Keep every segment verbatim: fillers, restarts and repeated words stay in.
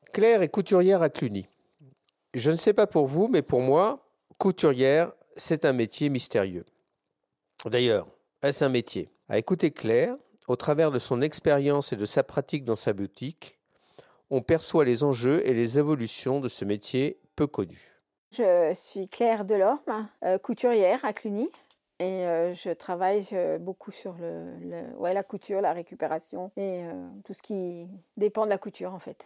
Claire est couturière à Cluny. Je ne sais pas pour vous, mais pour moi, couturière, c'est un métier mystérieux. D'ailleurs, est-ce un métier? À écouter Claire, au travers de son expérience et de sa pratique dans sa boutique, on perçoit les enjeux et les évolutions de ce métier peu connu. Je suis Claire Delorme, euh, couturière à Cluny. Et euh, je travaille euh, beaucoup sur le, le, ouais, la couture, la récupération et euh, tout ce qui dépend de la couture en fait.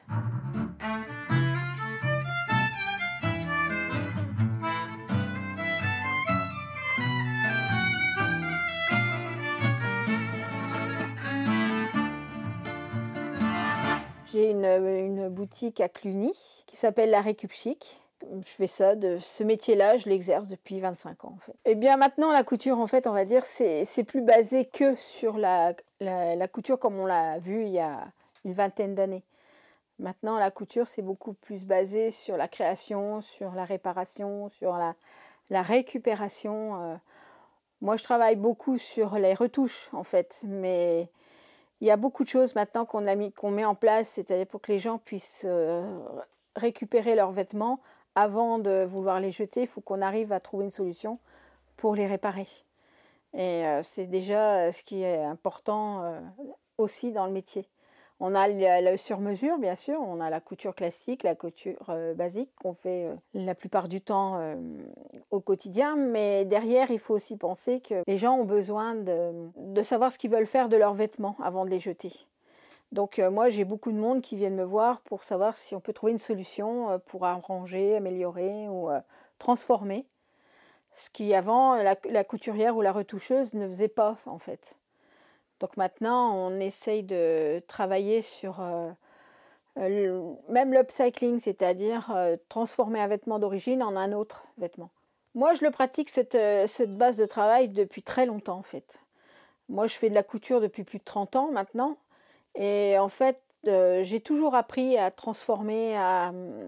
J'ai une, une boutique à Cluny qui s'appelle La Récup Chic. Je fais ça, de ce métier-là, je l'exerce depuis vingt-cinq ans en fait. Et bien maintenant, la couture, en fait, on va dire, c'est, c'est plus basé que sur la, la, la couture comme on l'a vu il y a une vingtaine d'années. Maintenant, la couture, c'est beaucoup plus basé sur la création, sur la réparation, sur la, la récupération. Euh, moi, je travaille beaucoup sur les retouches, en fait, mais il y a beaucoup de choses maintenant qu'on a mis, qu'on met en place, c'est-à-dire pour que les gens puissent euh, récupérer leurs vêtements avant de vouloir les jeter. Il faut qu'on arrive à trouver une solution pour les réparer. Et euh, c'est déjà ce qui est important euh, aussi dans le métier. On a le, le sur-mesure, bien sûr, on a la couture classique, la couture euh, basique qu'on fait euh, la plupart du temps euh, au quotidien, mais derrière, il faut aussi penser que les gens ont besoin de, de savoir ce qu'ils veulent faire de leurs vêtements avant de les jeter. Donc euh, moi, j'ai beaucoup de monde qui viennent me voir pour savoir si on peut trouver une solution euh, pour arranger, améliorer ou euh, transformer. Ce qui avant, la, la couturière ou la retoucheuse ne faisait pas, en fait. Donc maintenant, on essaye de travailler sur euh, le, même l'upcycling, c'est-à-dire euh, transformer un vêtement d'origine en un autre vêtement. Moi, je le pratique, cette, cette base de travail, depuis très longtemps, en fait. Moi, je fais de la couture depuis plus de trente ans maintenant. Et en fait, euh, j'ai toujours appris à transformer, à,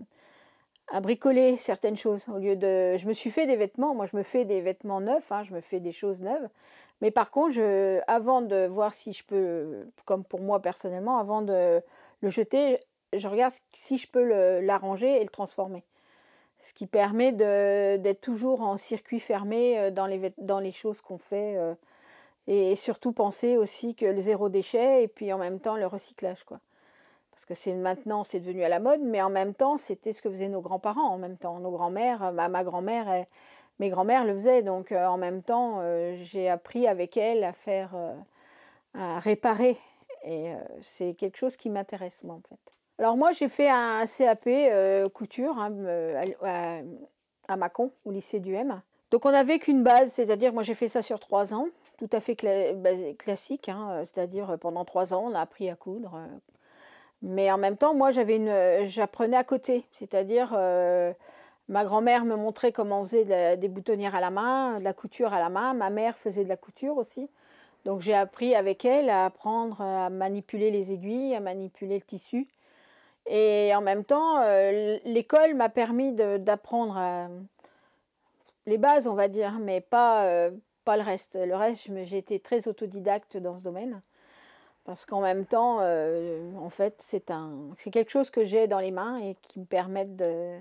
à bricoler certaines choses. Au lieu de, je me suis fait des vêtements, moi je me fais des vêtements neufs, hein, je me fais des choses neuves. Mais par contre, je, avant de voir si je peux, comme pour moi personnellement, avant de le jeter, je regarde si je peux le, l'arranger et le transformer. Ce qui permet de, d'être toujours en circuit fermé dans les, dans les choses qu'on fait. Euh, et surtout penser aussi que le zéro déchet et puis en même temps le recyclage, quoi. Parce que c'est maintenant, c'est devenu à la mode, mais en même temps, c'était ce que faisaient nos grands-parents. En même temps, nos grands-mères, ma, ma grand-mère, elle, mes grands-mères le faisaient. Donc, euh, en même temps, euh, j'ai appris avec elles à faire, euh, à réparer. Et euh, c'est quelque chose qui m'intéresse, moi, en fait. Alors, moi, j'ai fait un C A P euh, couture hein, à, à Mâcon, au lycée du M. Donc, on n'avait qu'une base, c'est-à-dire, moi, j'ai fait ça sur trois ans, tout à fait cla- classique. Hein, c'est-à-dire, pendant trois ans, on a appris à coudre. Euh, Mais en même temps, moi, j'avais une, j'apprenais à côté. C'est-à-dire, euh, ma grand-mère me montrait comment on faisait de la, des boutonnières à la main, de la couture à la main. Ma mère faisait de la couture aussi. Donc, j'ai appris avec elle à apprendre à manipuler les aiguilles, à manipuler le tissu. Et en même temps, euh, l'école m'a permis de, d'apprendre euh, les bases, on va dire, mais pas, euh, pas le reste. Le reste, j'ai été très autodidacte dans ce domaine. Parce qu'en même temps, euh, en fait, c'est, un, c'est quelque chose que j'ai dans les mains et qui me permettent de,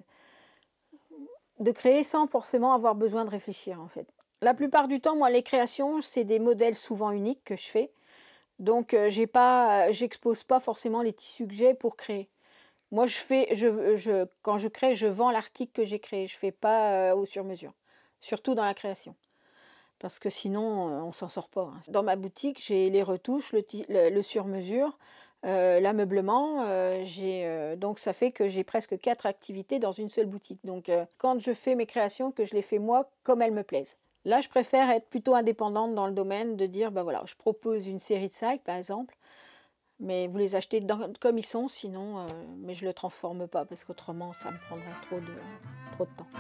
de créer sans forcément avoir besoin de réfléchir, en fait. La plupart du temps, moi, les créations, c'est des modèles souvent uniques que je fais. Donc, euh, j'ai pas, j'expose pas forcément les tissus que j'ai pour créer. Moi, je fais, je, je, quand je crée, je vends l'article que j'ai créé. Je fais pas euh, au sur-mesure, surtout dans la création. Parce que sinon, on ne s'en sort pas. Dans ma boutique, j'ai les retouches, le, le, le sur-mesure, euh, l'ameublement. Euh, j'ai, euh, donc, ça fait que j'ai presque quatre activités dans une seule boutique. Donc, euh, quand je fais mes créations, que je les fais moi comme elles me plaisent. Là, je préfère être plutôt indépendante dans le domaine, de dire, ben voilà, je propose une série de sacs, par exemple, mais vous les achetez dans, comme ils sont, sinon, euh, mais je ne le transforme pas, parce qu'autrement, ça me prendrait trop de, trop de temps.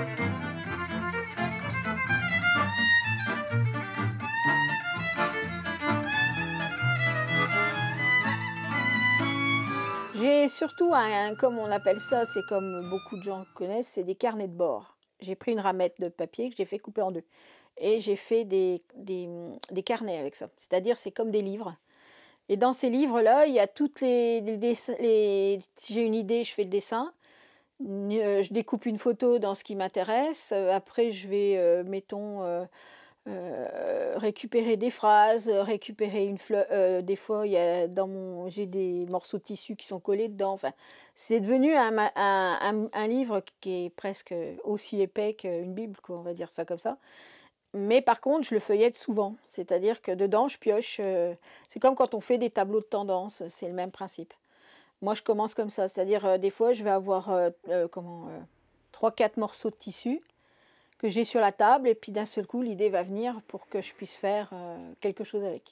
J'ai surtout, un, comme on appelle ça, c'est comme beaucoup de gens connaissent, c'est des carnets de bord. J'ai pris une ramette de papier que j'ai fait couper en deux. Et j'ai fait des, des, des carnets avec ça. C'est-à-dire, c'est comme des livres. Et dans ces livres-là, il y a toutes les, les, dessins, les si j'ai une idée, je fais le dessin. Euh, je découpe une photo dans ce qui m'intéresse. Euh, après, je vais, euh, mettons, euh, euh, récupérer des phrases, récupérer une fleur. Euh, des fois, il y a dans mon, j'ai des morceaux de tissu qui sont collés dedans. Enfin, c'est devenu un, un, un, un livre qui est presque aussi épais qu'une Bible, quoi, on va dire ça comme ça. Mais par contre, je le feuillette souvent. C'est-à-dire que dedans, je pioche. Euh, c'est comme quand on fait des tableaux de tendance. C'est le même principe. Moi, je commence comme ça. C'est-à-dire, euh, des fois, je vais avoir euh, euh, comment euh, trois quatre morceaux de tissu que j'ai sur la table. Et puis, d'un seul coup, l'idée va venir pour que je puisse faire euh, quelque chose avec.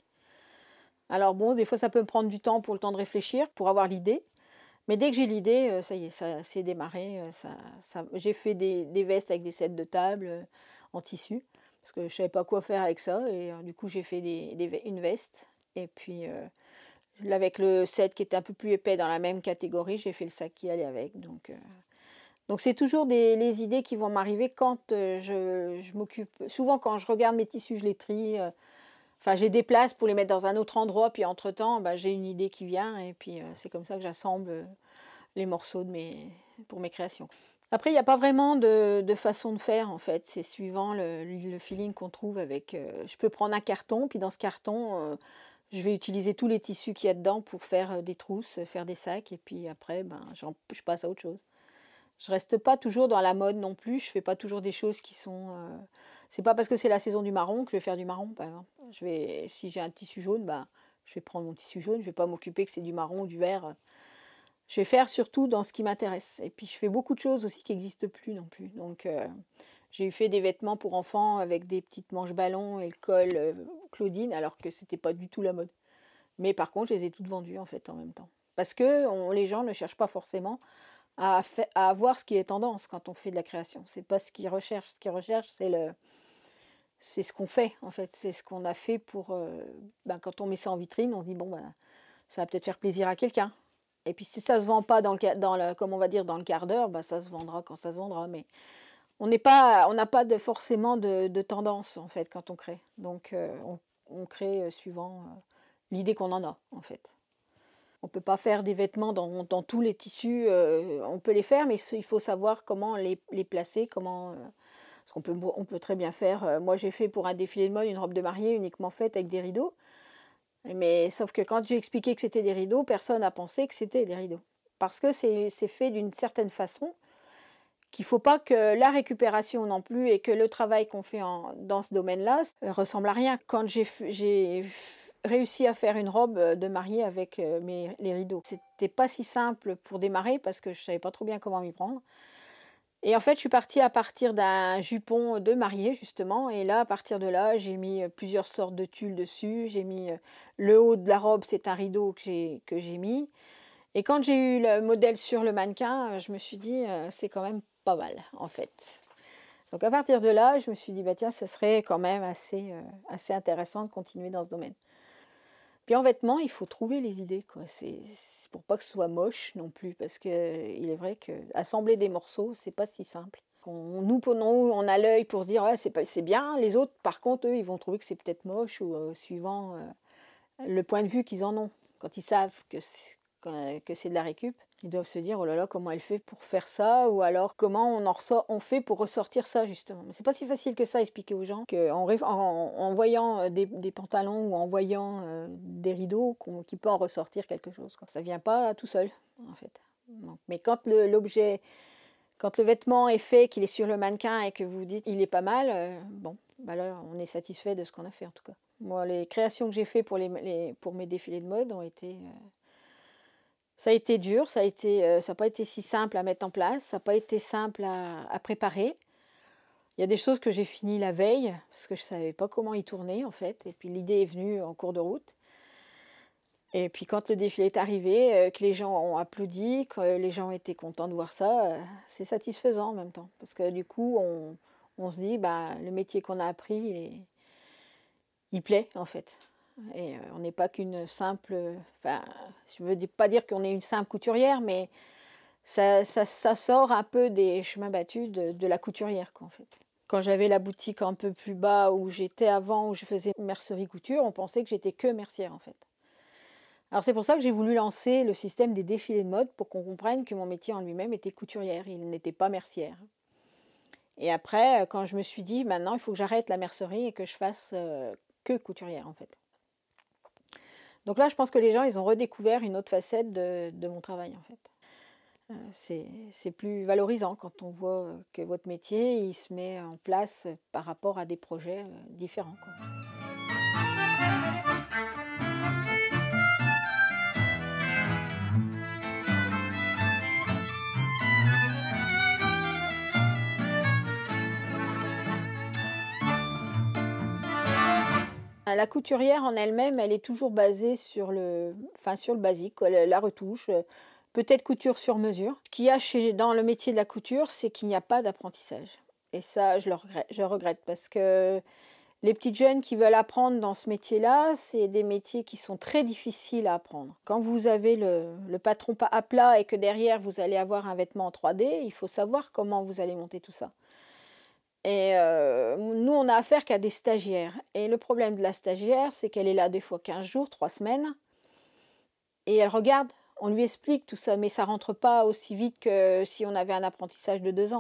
Alors bon, des fois, ça peut me prendre du temps pour le temps de réfléchir, pour avoir l'idée. Mais dès que j'ai l'idée, euh, ça y est, ça c'est démarré. Euh, ça, ça... J'ai fait des, des vestes avec des sets de table euh, en tissu. Parce que je ne savais pas quoi faire avec ça. Et euh, du coup, j'ai fait des, des, une veste. Et puis, euh, avec le set qui était un peu plus épais dans la même catégorie, j'ai fait le sac qui allait avec. Donc, euh, donc c'est toujours des, les idées qui vont m'arriver quand euh, je, je m'occupe. Souvent, quand je regarde mes tissus, je les trie. Euh, enfin, j'ai des places pour les mettre dans un autre endroit. Puis, entre-temps, bah, j'ai une idée qui vient. Et puis, euh, c'est comme ça que j'assemble euh, les morceaux de mes, pour mes créations. Après, il n'y a pas vraiment de, de façon de faire, en fait. C'est suivant le, le feeling qu'on trouve avec... Euh, je peux prendre un carton, puis dans ce carton, euh, je vais utiliser tous les tissus qu'il y a dedans pour faire des trousses, faire des sacs, et puis après, ben, j'en, je passe à autre chose. Je reste pas toujours dans la mode non plus. Je fais pas toujours des choses qui sont... Euh, c'est pas parce que c'est la saison du marron que je vais faire du marron, par exemple. Je vais, si j'ai un tissu jaune, ben, je vais prendre mon tissu jaune. Je vais pas m'occuper que c'est du marron ou du vert. Je vais faire surtout dans ce qui m'intéresse. Et puis, je fais beaucoup de choses aussi qui n'existent plus non plus. Donc, euh, j'ai fait des vêtements pour enfants avec des petites manches ballons et le col euh, Claudine, alors que c'était pas du tout la mode. Mais par contre, je les ai toutes vendues en fait en même temps. Parce que on, les gens ne cherchent pas forcément à, fa- à avoir ce qui est tendance quand on fait de la création. C'est pas ce qu'ils recherchent. Ce qu'ils recherchent, c'est le, c'est ce qu'on fait en fait. C'est ce qu'on a fait pour. Euh, ben, quand on met ça en vitrine, on se dit bon ben, ça va peut-être faire plaisir à quelqu'un. Et puis si ça se vend pas dans le, dans le, comme on va dire dans le quart d'heure, ben, ça se vendra quand ça se vendra. Mais on n'est pas, on n'a pas de, forcément de, de tendance en fait quand on crée. Donc euh, on, on crée suivant euh, l'idée qu'on en a en fait. On ne peut pas faire des vêtements dans, dans tous les tissus. Euh, on peut les faire, mais il faut savoir comment les, les placer, comment. Euh, parce qu'on peut, on peut très bien faire. Euh, moi, j'ai fait pour un défilé de mode une robe de mariée uniquement faite avec des rideaux. Mais sauf que quand j'ai expliqué que c'était des rideaux, personne n'a pensé que c'était des rideaux. Parce que c'est, c'est fait d'une certaine façon qu'il ne faut pas que la récupération non plus et que le travail qu'on fait en, dans ce domaine-là euh, ressemble à rien. Quand j'ai, j'ai réussi à faire une robe de mariée avec euh, mes, les rideaux, c'était pas si simple pour démarrer parce que je ne savais pas trop bien comment m'y prendre. Et en fait, je suis partie à partir d'un jupon de mariée, justement. Et là, à partir de là, j'ai mis plusieurs sortes de tulle dessus. J'ai mis le haut de la robe, c'est un rideau que j'ai, que j'ai mis. Et quand j'ai eu le modèle sur le mannequin, je me suis dit, euh, c'est quand même pas mal, en fait. Donc à partir de là, je me suis dit, bah tiens, ce serait quand même assez, euh, assez intéressant de continuer dans ce domaine. Puis en vêtements, il faut trouver les idées, quoi. C'est, c'est pour pas que ce soit moche non plus, parce que euh, il est vrai que assembler des morceaux, c'est pas si simple. On, nous, nous, on a l'œil pour se dire, ouais, c'est, pas, c'est bien. Les autres, par contre, eux, ils vont trouver que c'est peut-être moche ou euh, suivant euh, le point de vue qu'ils en ont. Quand ils savent que c'est, que c'est de la récup, ils doivent se dire, oh là là, comment elle fait pour faire ça, ou alors comment on en ressort, on fait pour ressortir ça, justement. Mais c'est pas si facile que ça à expliquer aux gens, qu'en en, en, en voyant des, des pantalons ou en voyant euh, des rideaux, qu'on, qu'il peut en ressortir quelque chose, quoi. Ça vient pas tout seul, en fait. Donc, mais quand le, l'objet, quand le vêtement est fait, qu'il est sur le mannequin et que vous dites, il est pas mal, euh, bon, bah là, on est satisfait de ce qu'on a fait, en tout cas. Moi, les créations que j'ai fait pour, les, les, pour mes défilés de mode ont été... Euh, Ça a été dur, ça a été, euh, ça n'a pas été si simple à mettre en place, ça n'a pas été simple à, à préparer. Il y a des choses que j'ai finies la veille, parce que je ne savais pas comment y tourner en fait, et puis l'idée est venue en cours de route. Et puis quand le défilé est arrivé, euh, que les gens ont applaudi, que les gens étaient contents de voir ça, euh, c'est satisfaisant en même temps. Parce que du coup, on, on se dit, bah, le métier qu'on a appris, il, est, il plaît en fait. Et euh, on n'est pas qu'une simple... Enfin, je ne veux pas dire qu'on est une simple couturière, mais ça, ça, ça sort un peu des chemins battus de, de la couturière, quoi, en fait. Quand j'avais la boutique un peu plus bas où j'étais avant, où je faisais mercerie couture, on pensait que j'étais que mercière, en fait. Alors c'est pour ça que j'ai voulu lancer le système des défilés de mode pour qu'on comprenne que mon métier en lui-même était couturière, il n'était pas mercière. Et après, quand je me suis dit, maintenant il faut que j'arrête la mercerie et que je fasse euh, que couturière en fait. Donc là, je pense que les gens, ils ont redécouvert une autre facette de, de mon travail en fait. Euh, c'est, c'est plus valorisant quand on voit que votre métier, il se met en place par rapport à des projets euh, différents, quoi. La couturière en elle-même, elle est toujours basée sur le, enfin, sur le basique, quoi, la, la retouche, euh, peut-être couture sur mesure. Ce qu'il y a chez, dans le métier de la couture, c'est qu'il n'y a pas d'apprentissage. Et ça, je le regrette, je regrette parce que les petites jeunes qui veulent apprendre dans ce métier-là, c'est des métiers qui sont très difficiles à apprendre. Quand vous avez le, le patron à plat et que derrière vous allez avoir un vêtement en trois D, il faut savoir comment vous allez monter tout ça. Et euh, nous, on a affaire qu'à des stagiaires. Et le problème de la stagiaire, c'est qu'elle est là des fois quinze jours, trois semaines. Et elle regarde, on lui explique tout ça, mais ça ne rentre pas aussi vite que si on avait un apprentissage de deux ans.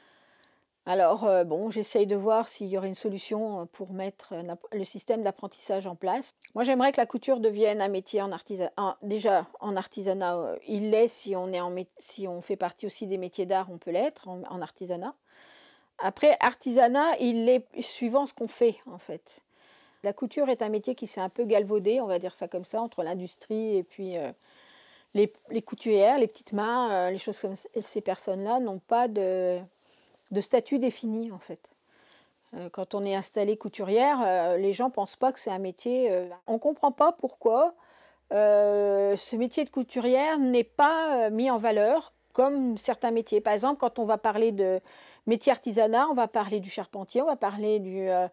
Alors, euh, bon, j'essaye de voir s'il y aurait une solution pour mettre le système d'apprentissage en place. Moi, j'aimerais que la couture devienne un métier en artisanat. Déjà, en artisanat, euh, il l'est si on, est en mé- si on fait partie aussi des métiers d'art, on peut l'être en, en artisanat. Après, artisanat, il est suivant ce qu'on fait, en fait. La couture est un métier qui s'est un peu galvaudé, on va dire ça comme ça, entre l'industrie et puis euh, les, les couturières, les petites mains, euh, les choses comme ça. Ces personnes-là n'ont pas de, de statut défini, en fait. Euh, quand on est installé couturière, euh, les gens ne pensent pas que c'est un métier... Euh, on ne comprend pas pourquoi euh, ce métier de couturière n'est pas euh, mis en valeur comme certains métiers. Par exemple, quand on va parler de métier artisanat, on va parler du charpentier, on va parler du, euh,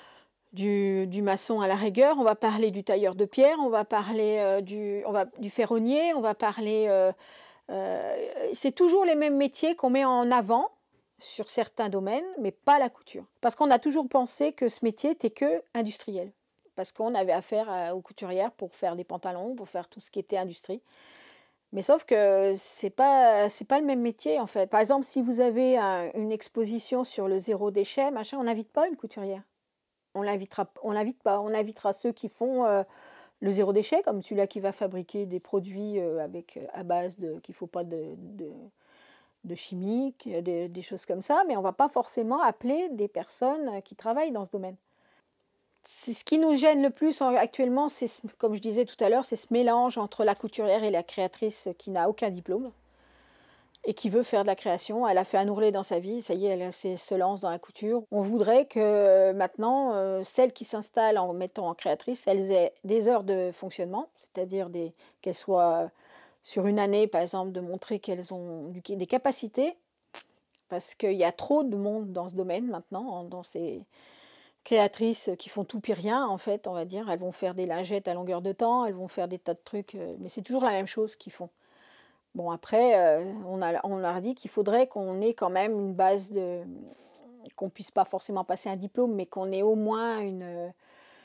du, du maçon à la rigueur, on va parler du tailleur de pierre, on va parler euh, du, on va, du ferronnier, on va parler... Euh, euh, c'est toujours les mêmes métiers qu'on met en avant sur certains domaines, mais pas la couture. Parce qu'on a toujours pensé que ce métier n'était que industriel. Parce qu'on avait affaire à, aux couturières pour faire des pantalons, pour faire tout ce qui était industrie. Mais sauf que c'est pas c'est pas le même métier en fait. Par exemple, si vous avez un, une exposition sur le zéro déchet, machin, on n'invite pas une couturière. On l'invitera, on l'invite pas. On invitera ceux qui font euh, le zéro déchet, comme celui-là qui va fabriquer des produits euh, avec à base de qu'il faut pas de, de, de chimiques, de, des choses comme ça. Mais on va pas forcément appeler des personnes qui travaillent dans ce domaine. C'est ce qui nous gêne le plus actuellement, c'est, comme je disais tout à l'heure, c'est ce mélange entre la couturière et la créatrice qui n'a aucun diplôme et qui veut faire de la création. Elle a fait un ourlet dans sa vie, ça y est, elle se lance dans la couture. On voudrait que maintenant, euh, celles qui s'installent en mettant en créatrice, elles aient des heures de fonctionnement, c'est-à-dire des, qu'elles soient sur une année, par exemple, de montrer qu'elles ont du, des capacités, parce qu'il y a trop de monde dans ce domaine maintenant, dans ces... créatrices qui font tout puis rien, en fait, on va dire. Elles vont faire des lingettes à longueur de temps, elles vont faire des tas de trucs, mais c'est toujours la même chose qu'ils font. Bon, après, euh, on, a, on leur a dit qu'il faudrait qu'on ait quand même une base de... qu'on puisse pas forcément passer un diplôme, mais qu'on ait au moins une...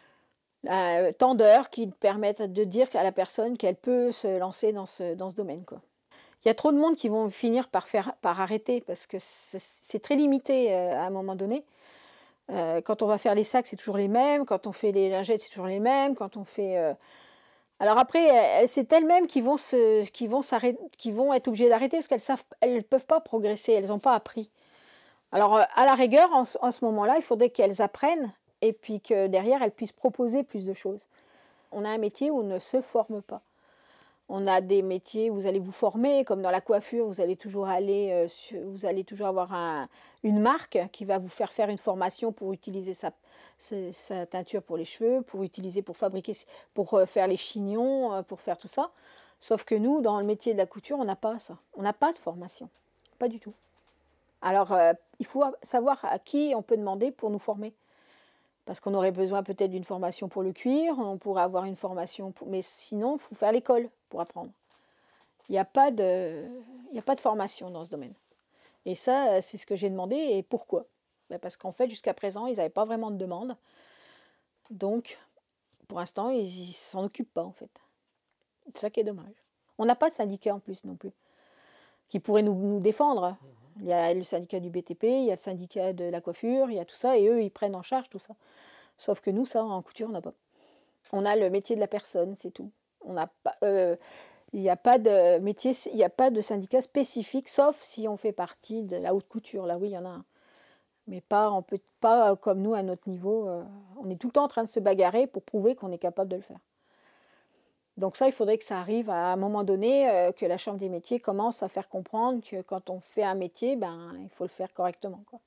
un temps d'heures qui permettent de dire à la personne qu'elle peut se lancer dans ce, dans ce domaine, quoi. Il y a trop de monde qui vont finir par, faire, par arrêter, parce que c'est, c'est très limité euh, à un moment donné. Euh, quand on va faire les sacs, c'est toujours les mêmes. Quand on fait les lingettes, c'est toujours les mêmes. Quand on fait... Euh... Alors après, c'est elles-mêmes qui vont, se... qui, vont qui vont être obligées d'arrêter parce qu'elles savent... elles ne peuvent pas progresser, elles n'ont pas appris. Alors à la rigueur, en, en ce moment-là, il faudrait qu'elles apprennent et puis que derrière, elles puissent proposer plus de choses. On a un métier où on ne se forme pas. On a des métiers où vous allez vous former, comme dans la coiffure, vous allez toujours aller, euh, sur, vous allez toujours avoir un, une marque qui va vous faire faire une formation pour utiliser sa, sa, sa teinture pour les cheveux, pour utiliser pour fabriquer, pour euh, faire les chignons, euh, pour faire tout ça. Sauf que nous, dans le métier de la couture, on n'a pas ça. On n'a pas de formation, pas du tout. Alors, euh, il faut savoir à qui on peut demander pour nous former. Parce qu'on aurait besoin peut-être d'une formation pour le cuir, on pourrait avoir une formation, pour... mais sinon, il faut faire l'école pour apprendre. Il n'y a pas de... il n'y a pas de formation dans ce domaine. Et ça, c'est ce que j'ai demandé. Et pourquoi ? Ben parce qu'en fait, jusqu'à présent, ils n'avaient pas vraiment de demande. Donc, pour l'instant, ils ne s'en occupent pas, en fait. C'est ça qui est dommage. On n'a pas de syndicat en plus non plus, qui pourrait nous, nous défendre. Il y a le syndicat du B T P, il y a le syndicat de la coiffure, il y a tout ça, et eux, ils prennent en charge tout ça. Sauf que nous, ça, en couture, on n'a pas. On a le métier de la personne, c'est tout. On n'a pas, euh, il n'y a pas de métier, il n'y a pas de syndicat spécifique, sauf si on fait partie de la haute couture. Là, oui, il y en a un. Mais pas, on peut pas comme nous à notre niveau. Euh, on est tout le temps en train de se bagarrer pour prouver qu'on est capable de le faire. Donc ça, il faudrait que ça arrive à un moment donné, euh, que la Chambre des métiers commence à faire comprendre que quand on fait un métier, ben, il faut le faire correctement, quoi.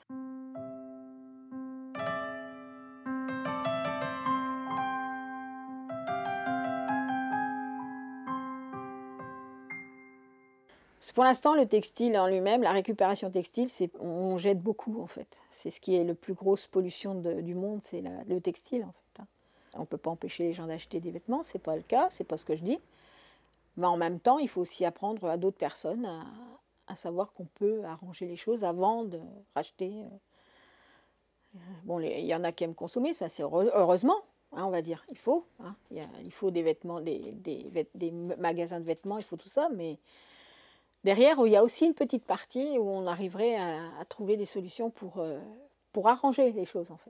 Pour l'instant, le textile en lui-même, la récupération textile, c'est, on jette beaucoup en fait. C'est ce qui est la plus grosse pollution de, du monde, c'est la, le textile en fait. On ne peut pas empêcher les gens d'acheter des vêtements, c'est pas le cas, c'est pas ce que je dis. Mais en même temps, il faut aussi apprendre à d'autres personnes à, à savoir qu'on peut arranger les choses avant de racheter. Bon, il y en a qui aiment consommer, ça c'est heureux, heureusement, hein, on va dire. Il faut, hein. il, y a, il faut des vêtements, des, des, des magasins de vêtements, il faut tout ça, mais derrière, il y a aussi une petite partie où on arriverait à, à trouver des solutions pour, euh, pour arranger les choses, en fait.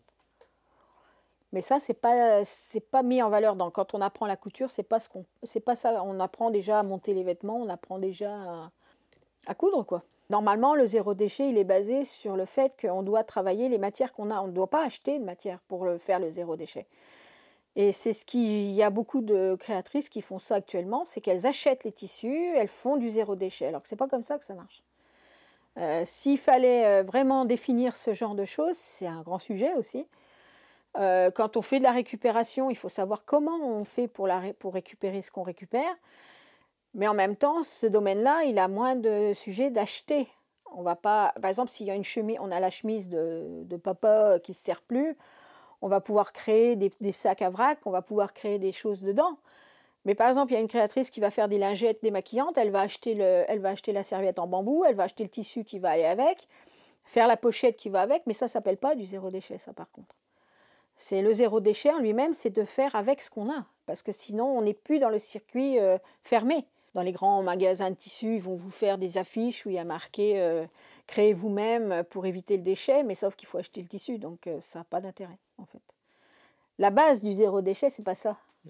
Mais ça, c'est pas, c'est pas mis en valeur. Dans, quand on apprend la couture, c'est pas, ce qu'on, c'est pas ça. On apprend déjà à monter les vêtements, on apprend déjà à, à coudre, quoi. Normalement, le zéro déchet, il est basé sur le fait qu'on doit travailler les matières qu'on a. On ne doit pas acheter de matière pour le, faire le zéro déchet. Et c'est ce qui, il y a beaucoup de créatrices qui font ça actuellement, c'est qu'elles achètent les tissus, elles font du zéro déchet. Alors que c'est pas comme ça que ça marche. Euh, s'il fallait vraiment définir ce genre de choses, c'est un grand sujet aussi. Euh, quand on fait de la récupération, il faut savoir comment on fait pour, la, pour récupérer ce qu'on récupère. Mais en même temps, ce domaine-là, il a moins de sujets d'acheter. On va pas, par exemple, s'il y a une chemise, on a la chemise de, de papa qui ne se sert plus, on va pouvoir créer des, des sacs à vrac, on va pouvoir créer des choses dedans. Mais par exemple, il y a une créatrice qui va faire des lingettes démaquillantes, elle va acheter, le, elle va acheter la serviette en bambou, elle va acheter le tissu qui va aller avec, faire la pochette qui va avec, mais ça ne s'appelle pas du zéro déchet, ça par contre. C'est le zéro déchet en lui-même, c'est de faire avec ce qu'on a, parce que sinon on n'est plus dans le circuit euh, fermé. Dans les grands magasins de tissus, ils vont vous faire des affiches où il y a marqué euh, « Créez vous-même pour éviter le déchet », mais sauf qu'il faut acheter le tissu, donc euh, ça n'a pas d'intérêt, en fait. La base du zéro déchet, c'est pas ça. Mmh.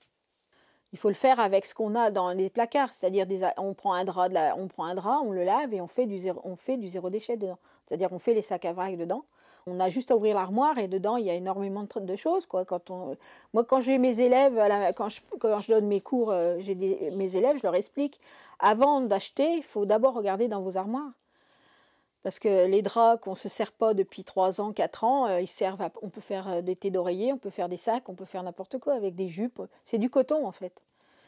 Il faut le faire avec ce qu'on a dans les placards, c'est-à-dire des, on, prend un drap de la, on prend un drap, on le lave et on fait du zéro, on fait du zéro déchet dedans. C'est-à-dire on fait les sacs à vrac dedans. On a juste à ouvrir l'armoire et dedans, il y a énormément de, de choses, quoi. Quand on, moi, quand j'ai mes élèves, la, quand, je, quand je donne mes cours, euh, j'ai des, mes élèves, je leur explique, avant d'acheter, il faut d'abord regarder dans vos armoires. Parce que les draps qu'on ne se sert pas depuis trois ans, quatre ans, euh, ils servent à, on peut faire des thés d'oreiller, on peut faire des sacs, on peut faire n'importe quoi avec des jupes. C'est du coton, en fait.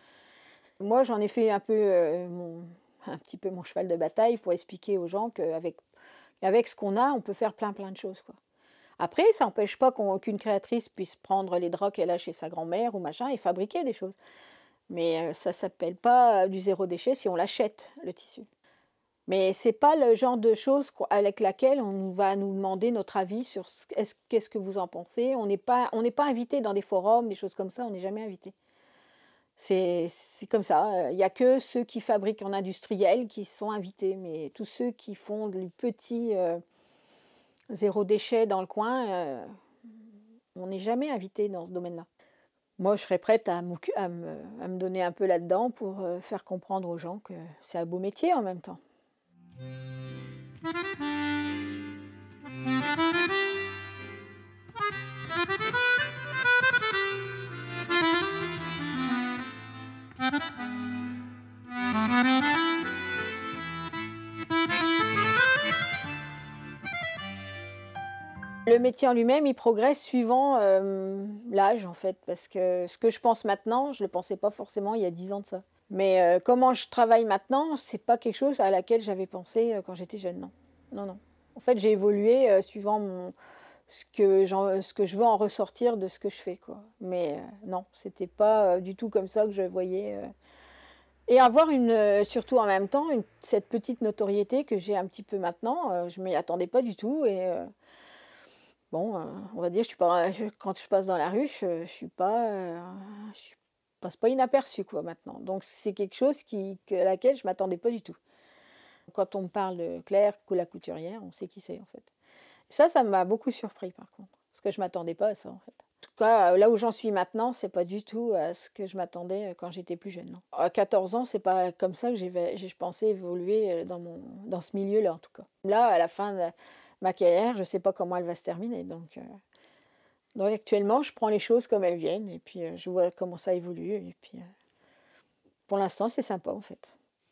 Moi, j'en ai fait un peu, euh, mon, un petit peu mon cheval de bataille pour expliquer aux gens qu'avec avec ce qu'on a, on peut faire plein, plein de choses, quoi. Après, ça n'empêche pas qu'on, qu'une créatrice puisse prendre les draps qu'elle a chez sa grand-mère ou machin et fabriquer des choses. Mais euh, ça ne s'appelle pas du zéro déchet si on l'achète, le tissu. Mais ce n'est pas le genre de choses avec laquelle on va nous demander notre avis sur ce, est-ce, qu'est-ce que vous en pensez. On n'est pas, on n'est pas invité dans des forums, des choses comme ça, on n'est jamais invité. C'est, c'est comme ça. Il n'y a que ceux qui fabriquent en industriel qui sont invités, mais tous ceux qui font du petit euh, zéro déchet dans le coin, euh, on n'est jamais invité dans ce domaine-là. Moi, je serais prête à, à, me, à me donner un peu là-dedans pour euh, faire comprendre aux gens que c'est un beau métier en même temps. Le métier en lui-même, il progresse suivant euh, l'âge, en fait, parce que ce que je pense maintenant, je ne le pensais pas forcément il y a dix ans de ça. Mais euh, comment je travaille maintenant, c'est pas quelque chose à laquelle j'avais pensé euh, quand j'étais jeune, non. Non, non. En fait, j'ai évolué euh, suivant mon, ce, que ce que je veux en ressortir de ce que je fais, quoi. Mais euh, non, c'était pas euh, du tout comme ça que je voyais. Euh. Et avoir une, euh, surtout en même temps, une, cette petite notoriété que j'ai un petit peu maintenant, euh, je m'y attendais pas du tout. Et euh, bon, euh, on va dire, je suis pas, je, quand je passe dans la rue, je, je suis pas, euh, je suis passe pas inaperçu quoi maintenant. Donc c'est quelque chose qui, à laquelle je m'attendais pas du tout. Quand on me parle de Claire ou la couturière, on sait qui c'est en fait. Ça, ça m'a beaucoup surpris par contre, parce que je m'attendais pas à ça en fait. En tout cas, là où j'en suis maintenant, c'est pas du tout à ce que je m'attendais quand j'étais plus jeune. Non. À quatorze ans, c'est pas comme ça que j'ai, je pensais évoluer dans, mon, dans ce milieu-là en tout cas. Là, à la fin de ma carrière, je sais pas comment elle va se terminer. Donc, euh, donc actuellement, je prends les choses comme elles viennent et puis euh, je vois comment ça évolue. Et puis, euh, pour l'instant, c'est sympa en fait.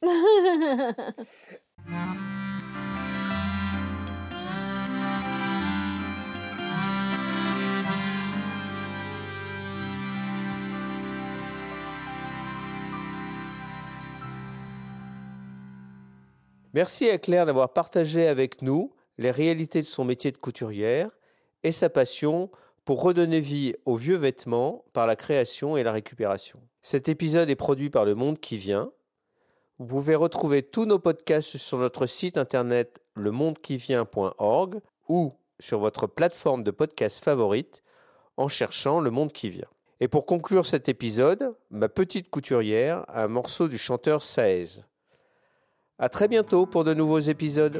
Merci à Claire d'avoir partagé avec nous les réalités de son métier de couturière et sa passion pour redonner vie aux vieux vêtements par la création et la récupération. Cet épisode est produit par Le Monde qui vient. Vous pouvez retrouver tous nos podcasts sur notre site internet le monde qui vient point org ou sur votre plateforme de podcast favorite en cherchant Le Monde qui vient. Et pour conclure cet épisode, ma petite couturière, un morceau du chanteur Saez. À très bientôt pour de nouveaux épisodes.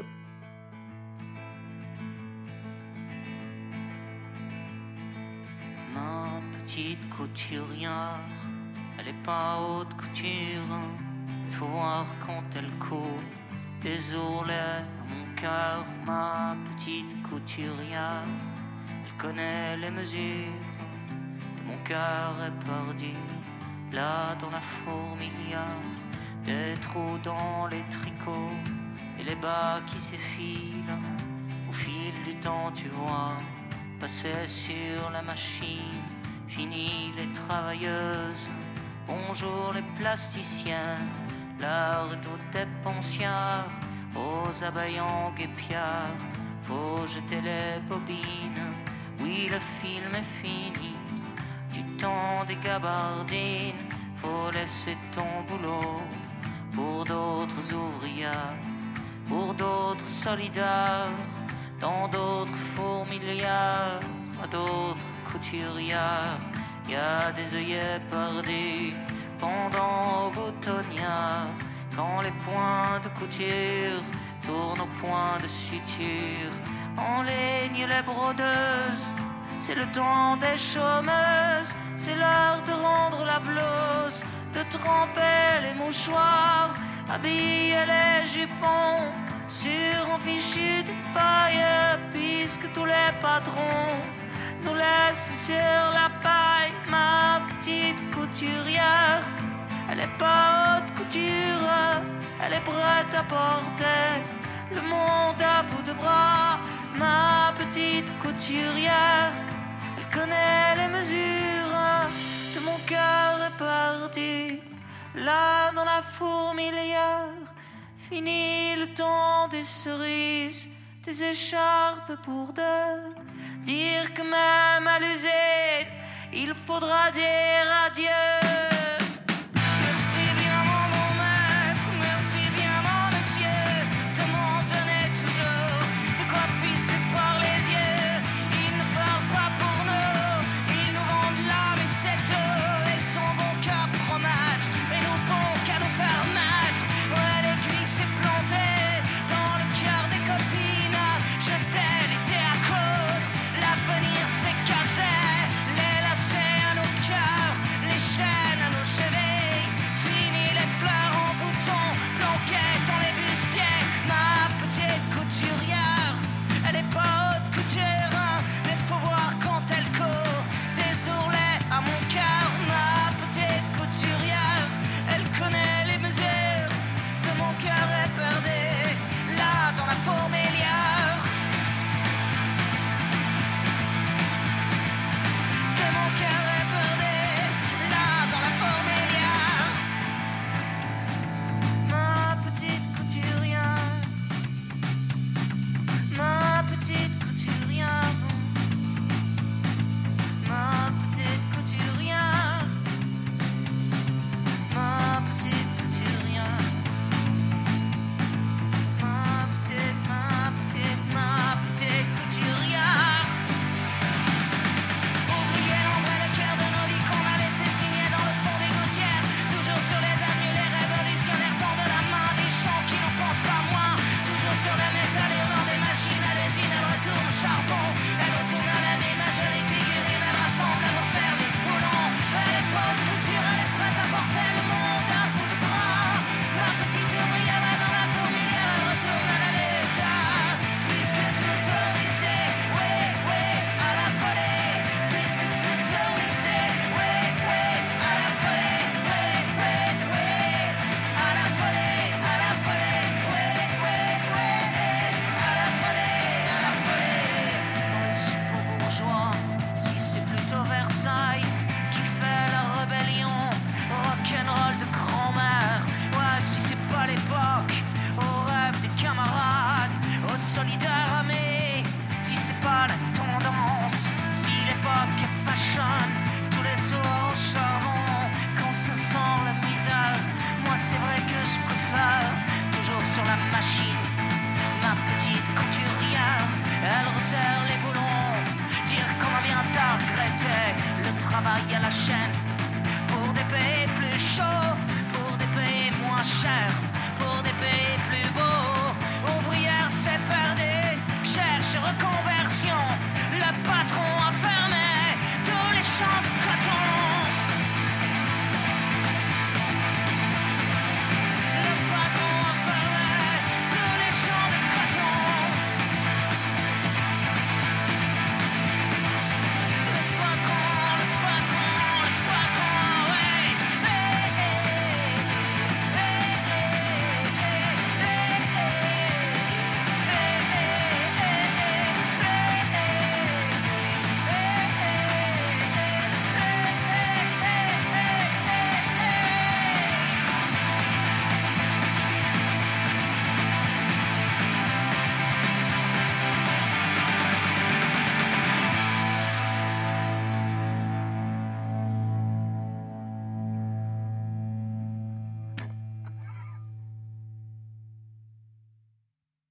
Ma petite couturière, elle est pas haute couture. Il faut voir quand elle coud des ourlets à mon cœur. Ma petite couturière, elle connaît les mesures de mon cœur éperdu. Là dans la fourmilière, des trous dans les tricots et les bas qui s'effilent. Au fil du temps tu vois passer sur la machine. Fini les travailleuses, bonjour les plasticiens. L'heure est aux dépensières, aux abeilles en guépière. Faut jeter les bobines, oui le film est fini. Du temps des gabardines, faut laisser ton boulot. Pour d'autres ouvrières, pour d'autres solidaires, dans d'autres fourmilières, à d'autres couturières, y a des œillets perdus pendant aux boutonnières. Quand les points de couture tournent aux points de suture, en ligne les brodeuses, c'est le temps des chômeuses, c'est l'heure de rendre la blouse, de tremper les mouchoirs, habiller les jupons sur un fichu de paille, puisque tous les patrons nous laissent sur la paille. Ma petite couturière, elle est pas haute couture, elle est prête à porter le monde à bout de bras. Ma petite couturière, elle connaît les mesures de mon cœur éperdu. Là dans la fourmilière, fini le temps des cerises, des écharpes pour deux. Dire que même à l'usine, il faudra dire adieu. Merci bien mon maître, merci bien mon monsieur, de m'en donner toujours de quoi pisser par les yeux. Ils ne parlent pas pour nous, ils nous vendent l'âme et cette eau. Ils sont bons qu'à promettre, et nous bons qu'à nous faire mettre. Ouais, l'aiguille s'est plantée dans le cœur des copines. Jetait l'été à côte, l'avenir s'est cassé, les lacets à nos cœurs, les chairs. machine. Ma petite couturière, elle resserre les boulons. Dire comment vient à regretter le travail à la chaîne.